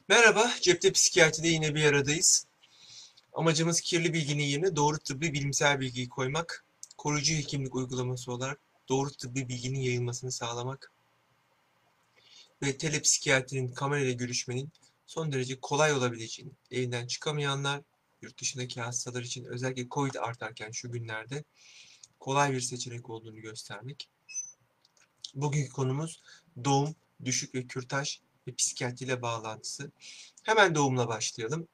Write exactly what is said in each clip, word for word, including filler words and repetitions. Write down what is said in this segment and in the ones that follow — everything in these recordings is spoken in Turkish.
Merhaba, Cepte Psikiyatri'de yine bir aradayız. Amacımız kirli bilginin yerine doğru tıbbi bilimsel bilgiyi koymak, koruyucu hekimlik uygulaması olarak doğru tıbbi bilginin yayılmasını sağlamak ve telepsikiyatrinin kamerayla görüşmenin son derece kolay olabileceğini, evinden çıkamayanlar, yurt dışındaki hastalar için özellikle Covid artarken şu günlerde kolay bir seçenek olduğunu göstermek. Bugünkü konumuz doğum, düşük ve kürtaj ve psikiyatriyle bağlantısı. Hemen doğumla başlayalım.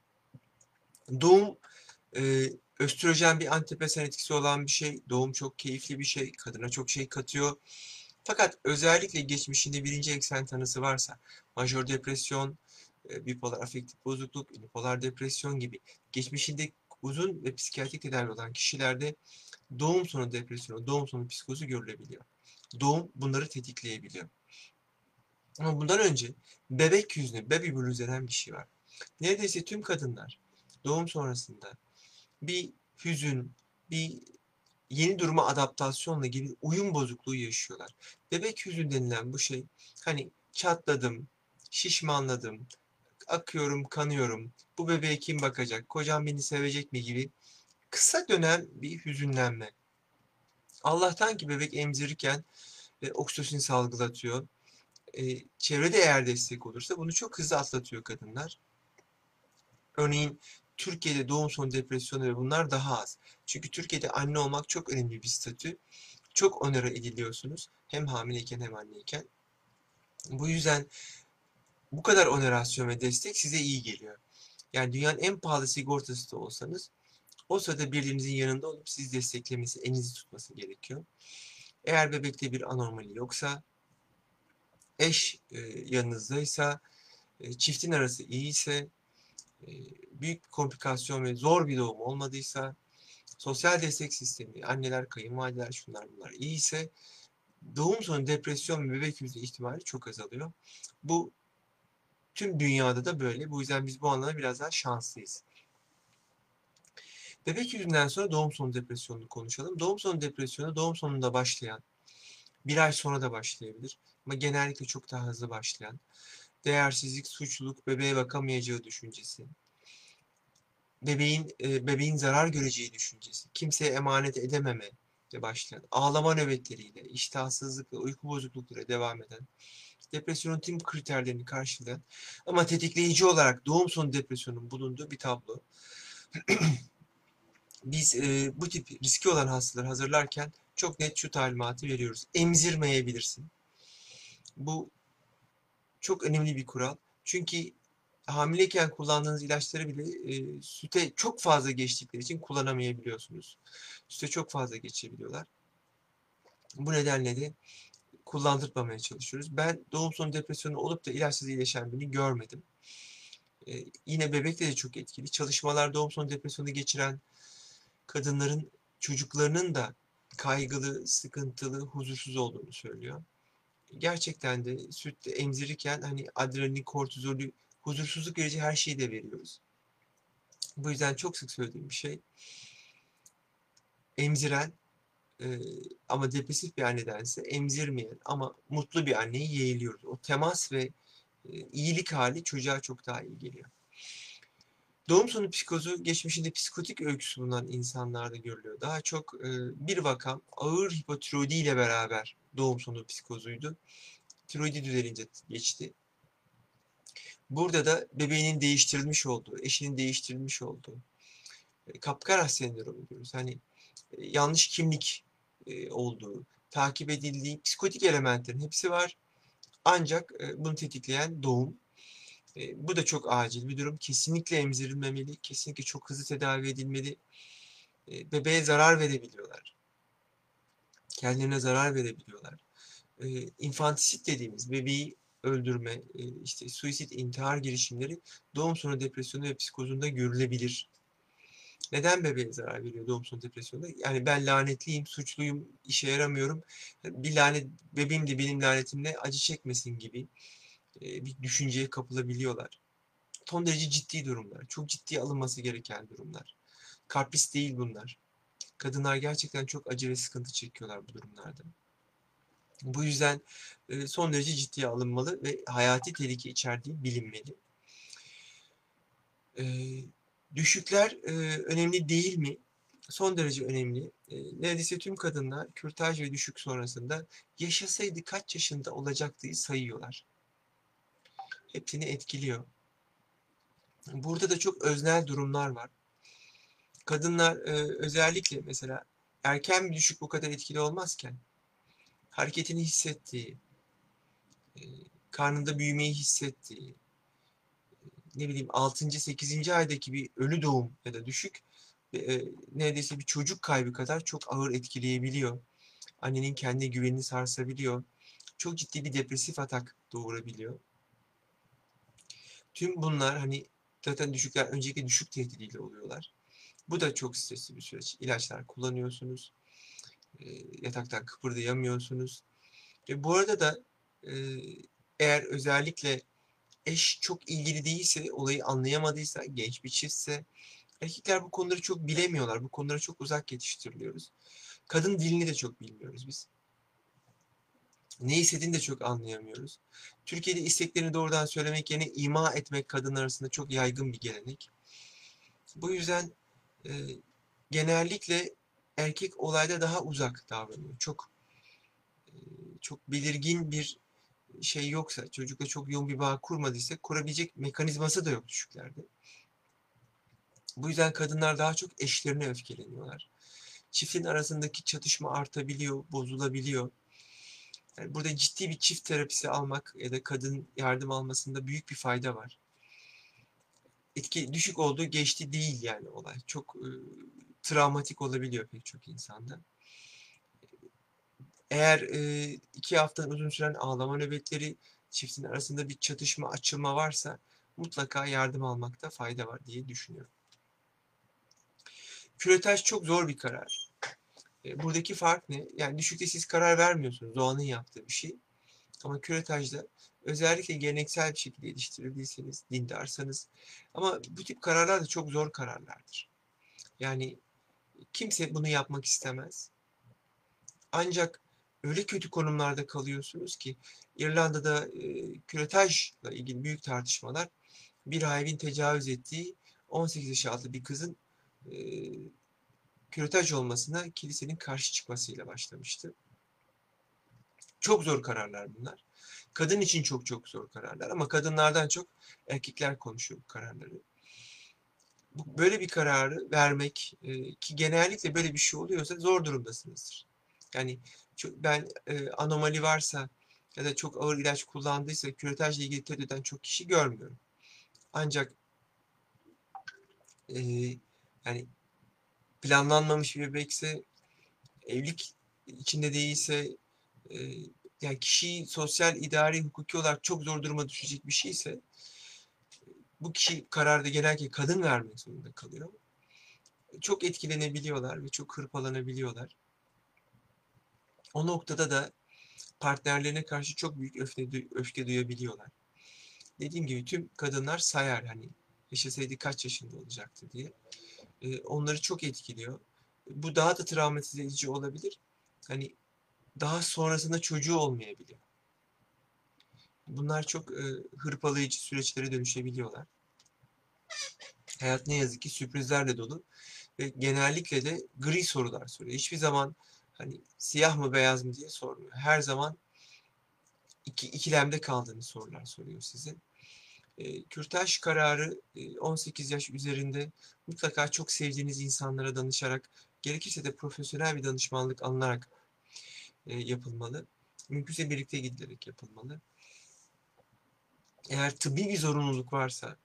Doğum Ee, östrojen bir antidepresan etkisi olan bir şey. Doğum çok keyifli bir şey. Kadına çok şey katıyor. Fakat özellikle geçmişinde birinci eksen tanısı varsa, majör depresyon, e, bipolar afektif bozukluk, unipolar depresyon gibi geçmişinde uzun ve psikiyatrik tedavi olan kişilerde doğum sonu depresyonu, doğum sonu psikozu görülebiliyor. Doğum bunları tetikleyebiliyor. Ama bundan önce bebek yüzünü, baby blues denen bir şey var. Neredeyse tüm kadınlar doğum sonrasında bir hüzün, bir yeni duruma adaptasyonla ilgili uyum bozukluğu yaşıyorlar. Bebek hüzün denilen bu şey hani çatladım, şişmanladım, akıyorum, kanıyorum, bu bebeğe kim bakacak, kocam beni sevecek mi gibi kısa dönem bir hüzünlenme. Allah'tan ki bebek emzirirken e, oksitosin salgılatıyor. E, çevrede eğer destek olursa bunu çok hızlı atlatıyor kadınlar. Örneğin Türkiye'de doğum sonu depresyonu ve bunlar daha az. Çünkü Türkiye'de anne olmak çok önemli bir statü. Çok onore ediliyorsunuz. Hem hamileyken hem anneyken. Bu yüzden bu kadar onerasyon ve destek size iyi geliyor. Yani dünyanın en pahalı sigortası da olsanız o sırada birbirinizin yanında olup sizi desteklemesi, elinizi tutması gerekiyor. Eğer bebekte bir anormali yoksa, eş e, yanınızdaysa, e, çiftin arası iyiyse, e, büyük bir komplikasyon ve zor bir doğum olmadıysa, sosyal destek sistemi, anneler, kayınvalideler, şunlar bunlar iyiyse doğum sonu depresyon ve bebek yüzü ihtimali çok azalıyor. Bu tüm dünyada da böyle. Bu yüzden biz bu anlamda biraz daha şanslıyız. Bebek yüzünden sonra doğum sonu depresyonunu konuşalım. Doğum sonu depresyonu doğum sonunda başlayan, bir ay sonra da başlayabilir. Ama genellikle çok daha hızlı başlayan, değersizlik, suçluluk, bebeğe bakamayacağı düşüncesi, bebeğin e, bebeğin zarar göreceği düşüncesi, kimseye emanet edememe ile başlayan, ağlama nöbetleriyle, iştahsızlık ve uyku bozuklukları devam eden, depresyonun tüm kriterlerini karşılayan ama tetikleyici olarak doğum sonu depresyonun bulunduğu bir tablo. Biz e, bu tip riski olan hastaları hazırlarken çok net şu talimatı veriyoruz. Emzirmeyebilirsin. Bu çok önemli bir kural. Çünkü hamileyken kullandığınız ilaçları bile e, süte çok fazla geçtikleri için kullanamayabiliyorsunuz. Süte çok fazla geçebiliyorlar. Bu nedenle de kullandırmamaya çalışıyoruz. Ben doğum sonu depresyonu olup da ilaçsız iyileşen birini görmedim. E, yine bebekte de çok etkili. Çalışmalar doğum sonu depresyonu geçiren kadınların çocuklarının da kaygılı, sıkıntılı, huzursuz olduğunu söylüyor. Gerçekten de süt emzirirken hani adrenalin, kortizolü, huzursuzluk verici her şeyi de veriyoruz. Bu yüzden çok sık söylediğim bir şey. Emziren e, ama depresif bir annedense emzirmeyen ama mutlu bir anneyi yeğliyoruz. O temas ve e, iyilik hali çocuğa çok daha iyi geliyor. Doğum sonu psikozu geçmişinde psikotik öyküsü bulunan insanlarda görülüyor. Daha çok e, bir vakam ağır hipotiroidi ile beraber doğum sonu psikozuydu. Tiroidi düzelince geçti. Burada da bebeğinin değiştirilmiş olduğu, eşinin değiştirilmiş olduğu, e, kapkara sendromu diyoruz. Hani e, yanlış kimlik e, olduğu, takip edildiği psikotik elementlerin hepsi var. Ancak e, bunu tetikleyen doğum. E, bu da çok acil bir durum. Kesinlikle emzirilmemeli, kesinlikle çok hızlı tedavi edilmeli. E, bebeğe zarar verebiliyorlar. Kendilerine zarar verebiliyorlar. E, infantisit dediğimiz bebeği öldürme, e, işte suisit, intihar girişimleri doğum sonu depresyonu ve psikozunda görülebilir. Neden bebeğe zarar veriyor doğum sonu depresyonda? Yani ben lanetliyim, suçluyum, işe yaramıyorum. Bir lanet, bebeğim de benim lanetimle acı çekmesin gibi e, bir düşünceye kapılabiliyorlar. Son derece ciddi durumlar. Çok ciddiye alınması gereken durumlar. Karpis değil bunlar. Kadınlar gerçekten çok acı ve sıkıntı çekiyorlar bu durumlarda. Bu yüzden e, son derece ciddiye alınmalı ve hayati tehlike içerdiği bilinmeli. E, düşükler e, önemli değil mi? Son derece önemli. E, neredeyse tüm kadınlar kürtaj ve düşük sonrasında yaşasaydı kaç yaşında olacaktı sayıyorlar. Hepsini etkiliyor. Burada da çok öznel durumlar var. Kadınlar e, özellikle mesela erken bir düşük bu kadar etkili olmazken hareketini hissettiği, e, karnında büyümeyi hissettiği, ne bileyim altıncı. sekizinci aydaki bir ölü doğum ya da düşük e, neredeyse bir çocuk kaybı kadar çok ağır etkileyebiliyor. Annenin kendi güvenini sarsabiliyor. Çok ciddi bir depresif atak doğurabiliyor. Tüm bunlar hani zaten düşükler öncelikle düşük tehdidiyle oluyorlar. Bu da çok stresli bir süreç. İlaçlar kullanıyorsunuz. E, yataktan kıpırdayamıyorsunuz. Ve bu arada da e, eğer özellikle eş çok ilgili değilse, olayı anlayamadıysa, genç bir çiftse, erkekler bu konuları çok bilemiyorlar. Bu konulara çok uzak yetiştiriliyoruz. Kadın dilini de çok bilmiyoruz biz. Ne istediğini de çok anlayamıyoruz. Türkiye'de isteklerini doğrudan söylemek yerine ima etmek kadın arasında çok yaygın bir gelenek. Bu yüzden e, genellikle erkek olayda daha uzak davranıyor. Çok e, çok belirgin bir şey yoksa, çocukla çok yoğun bir bağ kurmadıysa kurabilecek mekanizması da yok düşüklerde. Bu yüzden kadınlar daha çok eşlerine öfkeleniyorlar. Çiftin arasındaki çatışma artabiliyor, bozulabiliyor. Yani burada ciddi bir çift terapisi almak ya da kadın yardım almasında büyük bir fayda var. Etki düşük olduğu geçti değil yani olay. Çok e, travmatik olabiliyor pek çok insanda. Eğer e, iki haftadan uzun süren ağlama nöbetleri, çiftin arasında bir çatışma, açılma varsa mutlaka yardım almakta fayda var diye düşünüyorum. Küretaj çok zor bir karar. E, buradaki fark ne? Yani düşükte siz karar vermiyorsunuz. Doğanın yaptığı bir şey. Ama küretajda özellikle geleneksel bir şekilde yetiştirildiyseniz, dindarsanız ama bu tip kararlar da çok zor kararlardır. Yani kimse bunu yapmak istemez. Ancak öyle kötü konumlarda kalıyorsunuz ki İrlanda'da e, küretajla ilgili büyük tartışmalar bir rahibin tecavüz ettiği on sekiz yaş altı bir kızın e, küretaj olmasına kilisenin karşı çıkmasıyla başlamıştı. Çok zor kararlar bunlar. Kadın için çok çok zor kararlar ama kadınlardan çok erkekler konuşuyor bu kararları. Böyle bir kararı vermek e, ki genellikle böyle bir şey oluyorsa zor durumdasınızdır. Yani çok, ben e, anomali varsa ya da çok ağır ilaç kullandıysa küretajla ilgili tehdit eden çok kişi görmüyorum. Ancak e, yani planlanmamış bir bebekse, evlilik içinde değilse, e, yani kişiyi sosyal, idari, hukuki olarak çok zor duruma düşecek bir şeyse bu kişi kararda genellikle kadın vermek zorunda kalıyor. Çok etkilenebiliyorlar ve çok hırpalanabiliyorlar. O noktada da partnerlerine karşı çok büyük öfke, öfke duyabiliyorlar. Dediğim gibi tüm kadınlar sayar hani yaşasaydı kaç yaşında olacaktı diye. Ee, onları çok etkiliyor. Bu daha da travmatize edici olabilir. Hani daha sonrasında çocuğu olmayabiliyor. Bunlar çok e, hırpalayıcı süreçlere dönüşebiliyorlar. Hayat ne yazık ki sürprizlerle dolu ve genellikle de gri sorular soruyor. Hiçbir zaman hani siyah mı beyaz mı diye sormuyor. Her zaman iki, ikilemde kaldığınız sorular soruyor size. E, kürtaj kararı e, on sekiz yaş üzerinde mutlaka çok sevdiğiniz insanlara danışarak, gerekirse de profesyonel bir danışmanlık alınarak e, yapılmalı. Mümkünse birlikte gidilerek yapılmalı. Eğer tıbbi bir zorunluluk varsa,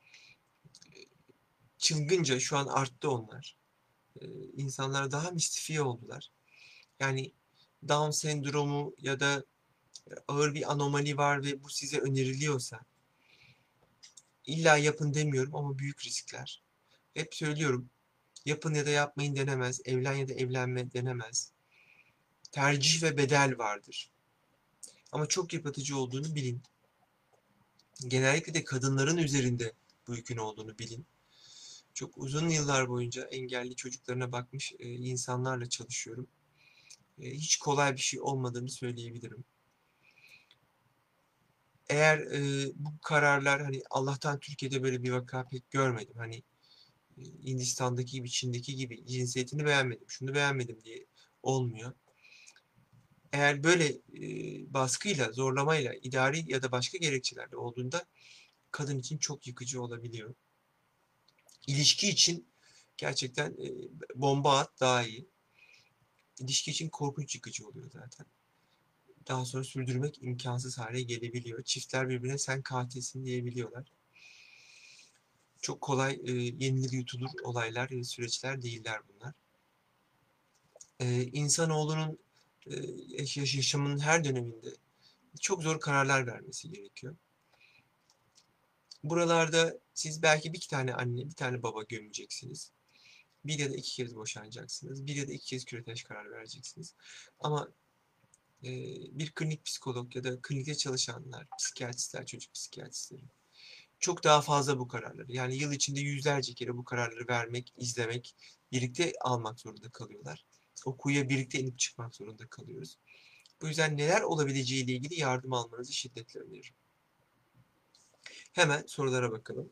çılgınca şu an arttı onlar. E, insanlar daha mistifiye oldular. Yani Down sendromu ya da ağır bir anomali var ve bu size öneriliyorsa, illa yapın demiyorum ama büyük riskler. Hep söylüyorum, yapın ya da yapmayın denemez, evlen ya da evlenme denemez. Tercih ve bedel vardır. Ama çok yıpratıcı olduğunu bilin. Genellikle de kadınların üzerinde bu yükün olduğunu bilin. Çok uzun yıllar boyunca engelli çocuklarına bakmış e, insanlarla çalışıyorum. E, hiç kolay bir şey olmadığını söyleyebilirim. Eğer e, bu kararlar hani Allah'tan Türkiye'de böyle bir vaka pek görmedim. Hani e, Hindistan'daki gibi, Çin'deki gibi cinsiyetini beğenmedim, şunu beğenmedim diye olmuyor. Eğer böyle e, baskıyla, zorlamayla, idari ya da başka gerekçelerle olduğunda kadın için çok yıkıcı olabiliyor. İlişki için gerçekten e, bomba at daha iyi. İlişki için korkunç yıkıcı oluyor zaten. Daha sonra sürdürmek imkansız hale gelebiliyor. Çiftler birbirine sen katilsin diyebiliyorlar. Çok kolay e, yenilir yutulur olaylar ve süreçler değiller bunlar. E, insanoğlunun e, yaşamının her döneminde çok zor kararlar vermesi gerekiyor. Buralarda siz belki bir tane anne, bir tane baba gömeceksiniz. Bir ya da iki kez boşanacaksınız. Bir ya da iki kez kürtaj karar vereceksiniz. Ama e, bir klinik psikolog ya da klinikte çalışanlar, psikiyatristler, çocuk psikiyatristleri çok daha fazla bu kararları. Yani yıl içinde yüzlerce kere bu kararları vermek, izlemek, birlikte almak zorunda kalıyorlar. O kuyuya birlikte inip çıkmak zorunda kalıyoruz. Bu yüzden neler olabileceği ile ilgili yardım almanızı şiddetle öneririm. Hemen sorulara bakalım.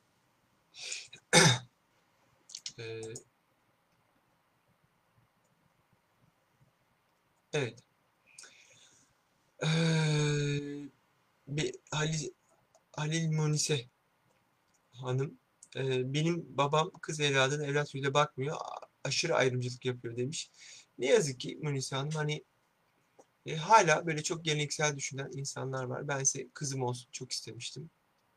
Ee, evet. Ee, bir Halil, Halil Munise Hanım. Ee, benim babam kız evladına evlat yüzüyle bakmıyor. Aşırı ayrımcılık yapıyor demiş. Ne yazık ki Munise Hanım hani e, hala böyle çok geleneksel düşünen insanlar var. Ben ise kızım olsun çok istemiştim.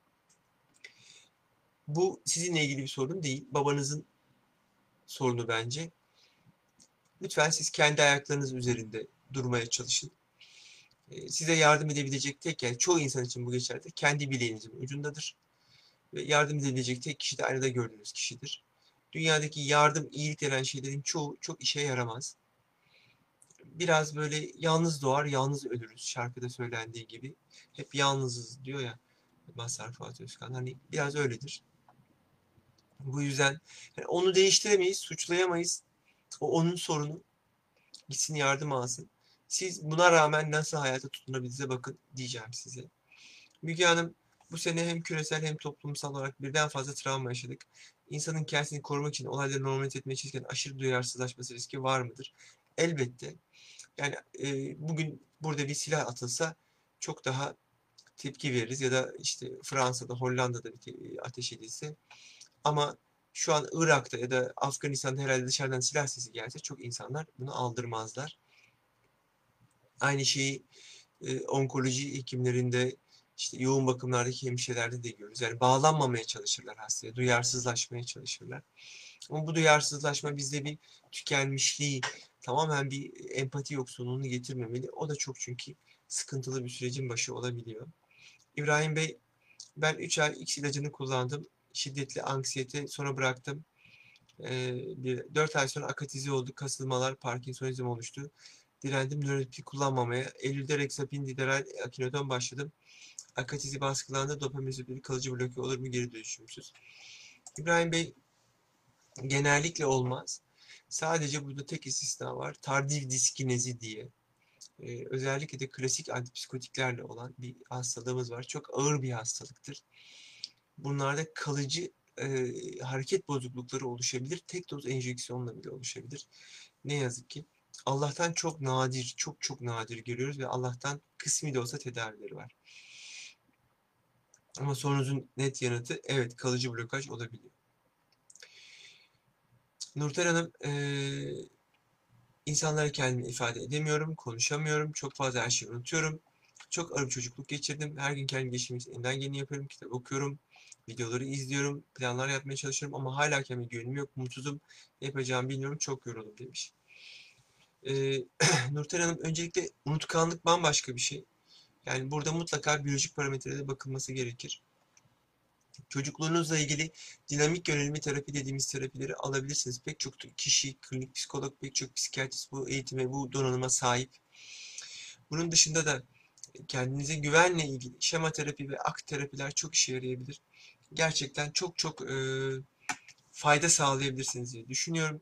Bu sizinle ilgili bir sorun değil. Babanızın sorunu bence. Lütfen siz kendi ayaklarınız üzerinde durmaya çalışın. E, size yardım edebilecek tek yer, çoğu insan için bu geçerlidir, kendi bileğinizin ucundadır. Ve yardım edebilecek tek kişi de aynada gördüğünüz kişidir. Dünyadaki yardım, iyilik denen şeylerin çoğu çok işe yaramaz. Biraz böyle yalnız doğar, yalnız ölürüz şarkıda söylendiği gibi. Hep yalnızız diyor ya Mazhar Fuat Özkan. Hani biraz öyledir. Bu yüzden yani onu değiştiremeyiz, suçlayamayız. O onun sorunu. Gitsin yardım alsın. Siz buna rağmen nasıl hayata tutunabildiğinize bakın diyeceğim size. Müge Hanım, bu sene hem küresel hem toplumsal olarak birden fazla travma yaşadık. İnsanın kendisini korumak için olayları normalize etmeye çalışırken aşırı duyarsızlaşması riski var mıdır? Elbette. Yani e, bugün burada bir silah atılsa çok daha tepki veririz ya da işte Fransa'da, Hollanda'da bir ateş edilse. Ama şu an Irak'ta ya da Afganistan'da herhalde dışarıdan silah sesi gelse çok insanlar bunu aldırmazlar. Aynı şeyi e, onkoloji hekimlerinde, işte yoğun bakımlardaki hemşirelerde de görüyoruz. Yani bağlanmamaya çalışırlar hastaya, duyarsızlaşmaya çalışırlar. Ama bu duyarsızlaşma bizde bir tükenmişliği, tamamen bir empati yoksunluğunu getirmemeli. O da çok çünkü sıkıntılı bir sürecin başı olabiliyor. İbrahim Bey, ben üç ay X ilacını kullandım. Şiddetli anksiyete sonra bıraktım. Ee, bir, dört ay sonra akatize oldu. Kasılmalar, Parkinsonizm oluştu. Direndim nöroleptik kullanmamaya. Eylül'de Rexapin, Dideral, Akinoton başladım. Akatizi baskılandı. Dopamine kalıcı bloke olur mu, geri dönüşümsüz? İbrahim Bey, genellikle olmaz. Sadece burada tek istisna var. Tardiv diskinezi diye. Ee, özellikle de klasik antipsikotiklerle olan bir hastalığımız var. Çok ağır bir hastalıktır. Bunlarda kalıcı e, hareket bozuklukları oluşabilir. Tek doz enjeksiyonla bile oluşabilir. Ne yazık ki. Allah'tan çok nadir, çok çok nadir görüyoruz ve Allah'tan kısmi de olsa tedavileri var. Ama sorunuzun net yanıtı evet, kalıcı blokaj olabiliyor. Nurten Hanım, e, insanlara kendimi ifade edemiyorum, konuşamıyorum, çok fazla her şeyi unutuyorum. Çok ağır bir çocukluk geçirdim. Her gün kendimi geliştirmek için elinden geleni yapıyorum, kitap okuyorum, videoları izliyorum, planlar yapmaya çalışıyorum ama hala kendime güvenim yok, mutsuzum, ne yapacağımı bilmiyorum, çok yoruldum demiş. Ee, Nurten Hanım, öncelikle unutkanlık bambaşka bir şey. Yani burada mutlaka biyolojik parametrelere bakılması gerekir. Çocukluğunuzla ilgili dinamik yönelimli terapi dediğimiz terapileri alabilirsiniz. Pek çok kişi, klinik psikolog, pek çok psikiyatrist bu eğitime, bu donanıma sahip. Bunun dışında da kendinize güvenle ilgili şema terapi ve akt terapiler çok işe yarayabilir. Gerçekten çok çok e, fayda sağlayabilirsiniz diye düşünüyorum.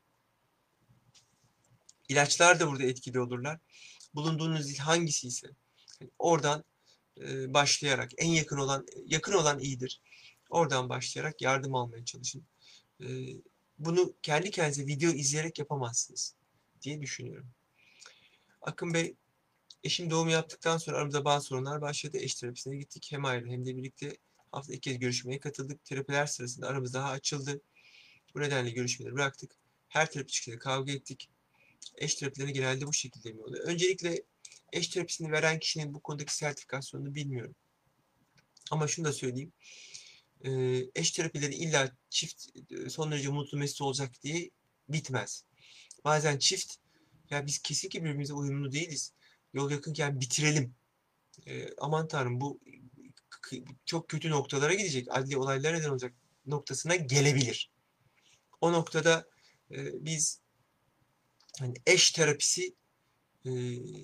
İlaçlar da burada etkili olurlar. Bulunduğunuz il hangisi ise yani oradan e, başlayarak en yakın olan yakın olan iyidir. Oradan başlayarak yardım almaya çalışın. E, bunu kendi kendinize video izleyerek yapamazsınız diye düşünüyorum. Akın Bey, eşim doğum yaptıktan sonra aramızda bazı sorunlar başladı. Eş terapisine gittik. Hem ayrı hem de birlikte hafta iki kez görüşmeye katıldık. Terapiler sırasında aramız daha açıldı. Bu nedenle görüşmeleri bıraktık. Her terapi çıkışında kavga ettik. Eş terapileri genelde bu şekilde mi oluyor? Öncelikle eş terapisini veren kişinin bu konudaki sertifikasyonunu bilmiyorum. Ama şunu da söyleyeyim. Eş terapileri illa çift son derece mutlu mesut olacak diye bitmez. Bazen çift, ya biz kesinlikle birbirimize uyumlu değiliz, yol yakınken bitirelim. E, aman tanrım, bu çok kötü noktalara gidecek, adli olaylara neden olacak noktasına gelebilir. O noktada e, biz hani eş terapisi e,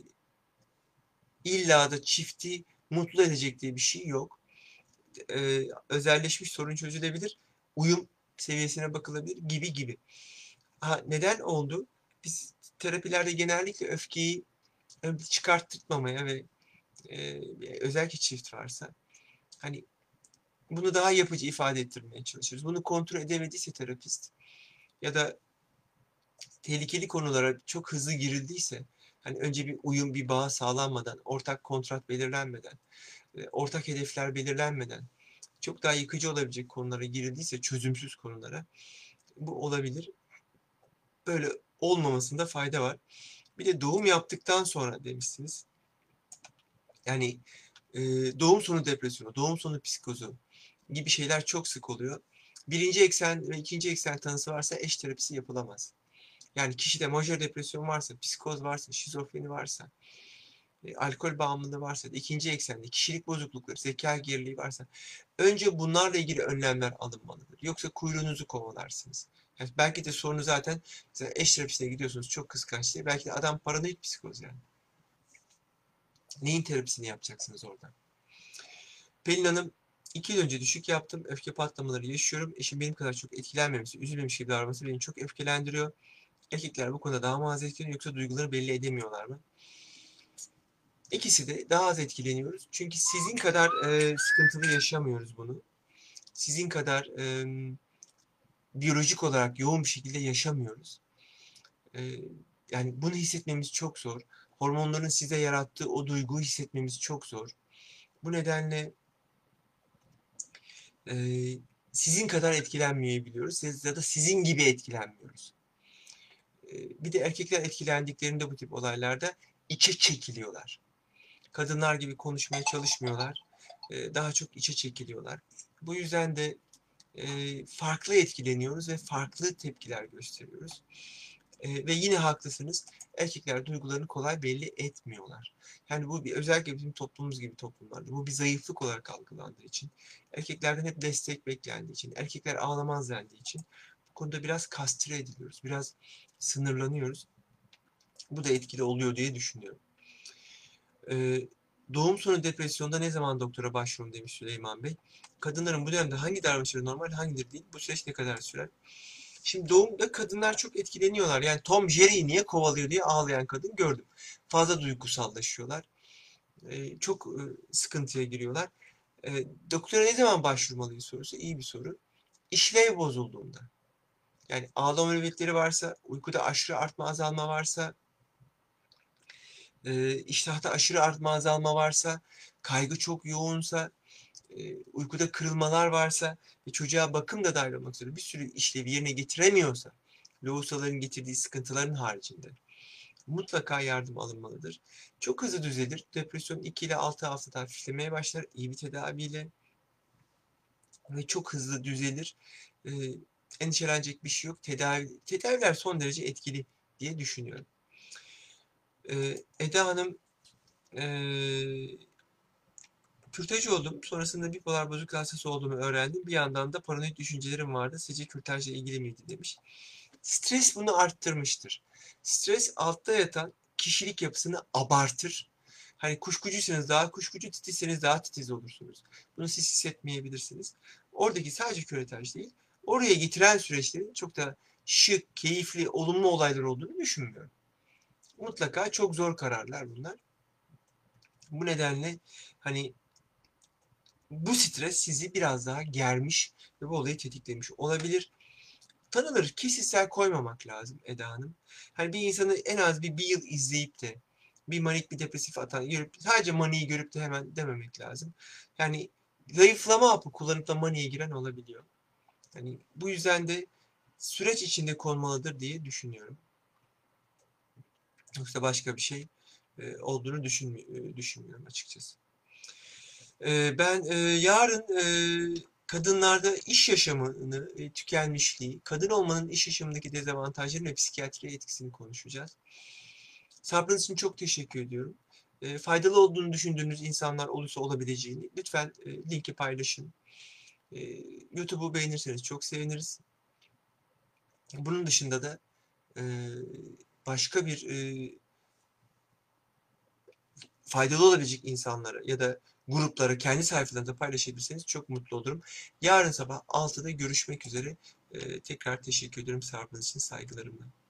illa da çifti mutlu edecek diye bir şey yok. E, özelleşmiş sorun çözülebilir, uyum seviyesine bakılabilir gibi gibi. Ha, neden oldu? Biz terapilerde genellikle öfkeyi çıkarttırmamaya ve e, özellikle çift varsa hani bunu daha yapıcı ifade ettirmeye çalışıyoruz. Bunu kontrol edemediyse terapist ya da tehlikeli konulara çok hızlı girildiyse, hani önce bir uyum, bir bağ sağlanmadan, ortak kontrat belirlenmeden, ortak hedefler belirlenmeden çok daha yıkıcı olabilecek konulara girildiyse, çözümsüz konulara, bu olabilir. Böyle olmamasında fayda var. Bir de doğum yaptıktan sonra demişsiniz. Yani e, doğum sonu depresyonu, doğum sonu psikozu gibi şeyler çok sık oluyor. Birinci eksen ve ikinci eksen tanısı varsa eş terapisi yapılamaz. Yani kişide majör depresyon varsa, psikoz varsa, şizofreni varsa, e, alkol bağımlılığı varsa, ikinci eksende kişilik bozuklukları, zeka geriliği varsa önce bunlarla ilgili önlemler alınmalıdır. Yoksa kuyruğunuzu kovalarsınız. Yani belki de sorunu zaten eş terapisine gidiyorsunuz çok kıskanç diye. Belki de adam paranoid psikoz yani. Neyin terapisini yapacaksınız orada? Pelin Hanım, iki yıl önce düşük yaptım. Öfke patlamaları yaşıyorum. Eşim benim kadar çok etkilenmemesi, üzülmemiş gibi davranması beni çok öfkelendiriyor. Erkekler bu konuda daha mı az etkileniyor yoksa duyguları belli edemiyorlar mı? İkisi de daha az etkileniyoruz. Çünkü sizin kadar e, sıkıntılı yaşamıyoruz bunu. Sizin kadar e, biyolojik olarak yoğun bir şekilde yaşamıyoruz. E, yani bunu hissetmemiz çok zor. Hormonların size yarattığı o duyguyu hissetmemiz çok zor. Bu nedenle e, sizin kadar etkilenmeyebiliyoruz ya da sizin gibi etkilenmiyoruz. E, bir de erkekler etkilendiklerinde bu tip olaylarda içe çekiliyorlar. Kadınlar gibi konuşmaya çalışmıyorlar. E, daha çok içe çekiliyorlar. Bu yüzden de e, farklı etkileniyoruz ve farklı tepkiler gösteriyoruz. E, ve yine haklısınız. Erkekler duygularını kolay belli etmiyorlar. Yani bu bir, özellikle bizim toplumumuz gibi toplumlarda bu bir zayıflık olarak algılandığı için, erkeklerden hep destek beklendiği için, erkekler ağlamaz dendiği için bu konuda biraz kastre ediliyoruz. Biraz sınırlanıyoruz. Bu da etkili oluyor diye düşünüyorum. E, doğum sonu depresyonda ne zaman doktora başvurun demiş Süleyman Bey. Kadınların bu dönemde hangi davranışları normal, hangileri değil? Bu süreç ne kadar sürer? Şimdi doğumda kadınlar çok etkileniyorlar. Yani Tom Jerry'yi niye kovalıyor diye ağlayan kadın gördüm. Fazla duygusallaşıyorlar. Ee, çok e, sıkıntıya giriyorlar. Ee, doktora ne zaman başvurmalıyız sorusu iyi bir soru. İşlev bozulduğunda. Yani ağlama nöbetleri varsa, uykuda aşırı artma azalma varsa, e, iştahta aşırı artma azalma varsa, kaygı çok yoğunsa, e, uykuda kırılmalar varsa ve çocuğa bakım da dahil olmak üzere bir sürü işlevi yerine getiremiyorsa, lohusaların getirdiği sıkıntıların haricinde mutlaka yardım alınmalıdır. Çok hızlı düzelir. Depresyon iki ile altı haftada hafiflemeye başlar iyi bir tedaviyle ve çok hızlı düzelir. E, endişelenecek bir şey yok. Tedavi, tedaviler son derece etkili diye düşünüyorum. E, Eda Hanım, e, kürtaj oldum. Sonrasında bipolar bozuk hastası olduğumu öğrendim. Bir yandan da paranoid düşüncelerim vardı. Sizce kürtajla ilgili miydi demiş. Stres bunu arttırmıştır. Stres altta yatan kişilik yapısını abartır. Hani kuşkucuysanız daha kuşkucu, titizseniz daha titiz olursunuz. Bunu siz hissetmeyebilirsiniz. Oradaki sadece kürtaj değil, oraya getiren süreçlerin çok da şık, keyifli, olumlu olaylar olduğunu düşünmüyorum. Mutlaka çok zor kararlar bunlar. Bu nedenle hani Bu stres sizi biraz daha germiş ve bu olayı tetiklemiş olabilir. Tanıları kesitsel koymamak lazım Eda Hanım. Hani bir insanı en az bir, bir yıl izleyip de bir manik bir depresif atan görüp sadece maniyi görüp de hemen dememek lazım. Yani zayıflama hapı kullanıp da maniye giren olabiliyor. Hani bu yüzden de süreç içinde konmalıdır diye düşünüyorum. Yoksa başka bir şey e, olduğunu düşünmü e, düşünmüyorum açıkçası. E, ben e, yarın e, kadınlarda iş yaşamını, e, tükenmişliği, kadın olmanın iş yaşamındaki dezavantajları ve psikiyatri etkisini konuşacağız. Sabrınız için çok teşekkür ediyorum. E, faydalı olduğunu düşündüğünüz insanlar olursa olabileceğini lütfen e, linki paylaşın. E, YouTube'u beğenirseniz çok seviniriz. Bunun dışında da e, başka bir e, faydalı olabilecek insanlara ya da gruplara kendi sayfalarında paylaşabilirseniz çok mutlu olurum. Yarın sabah altıda görüşmek üzere. Ee, tekrar teşekkür ederim sabrınız için, saygılarımla.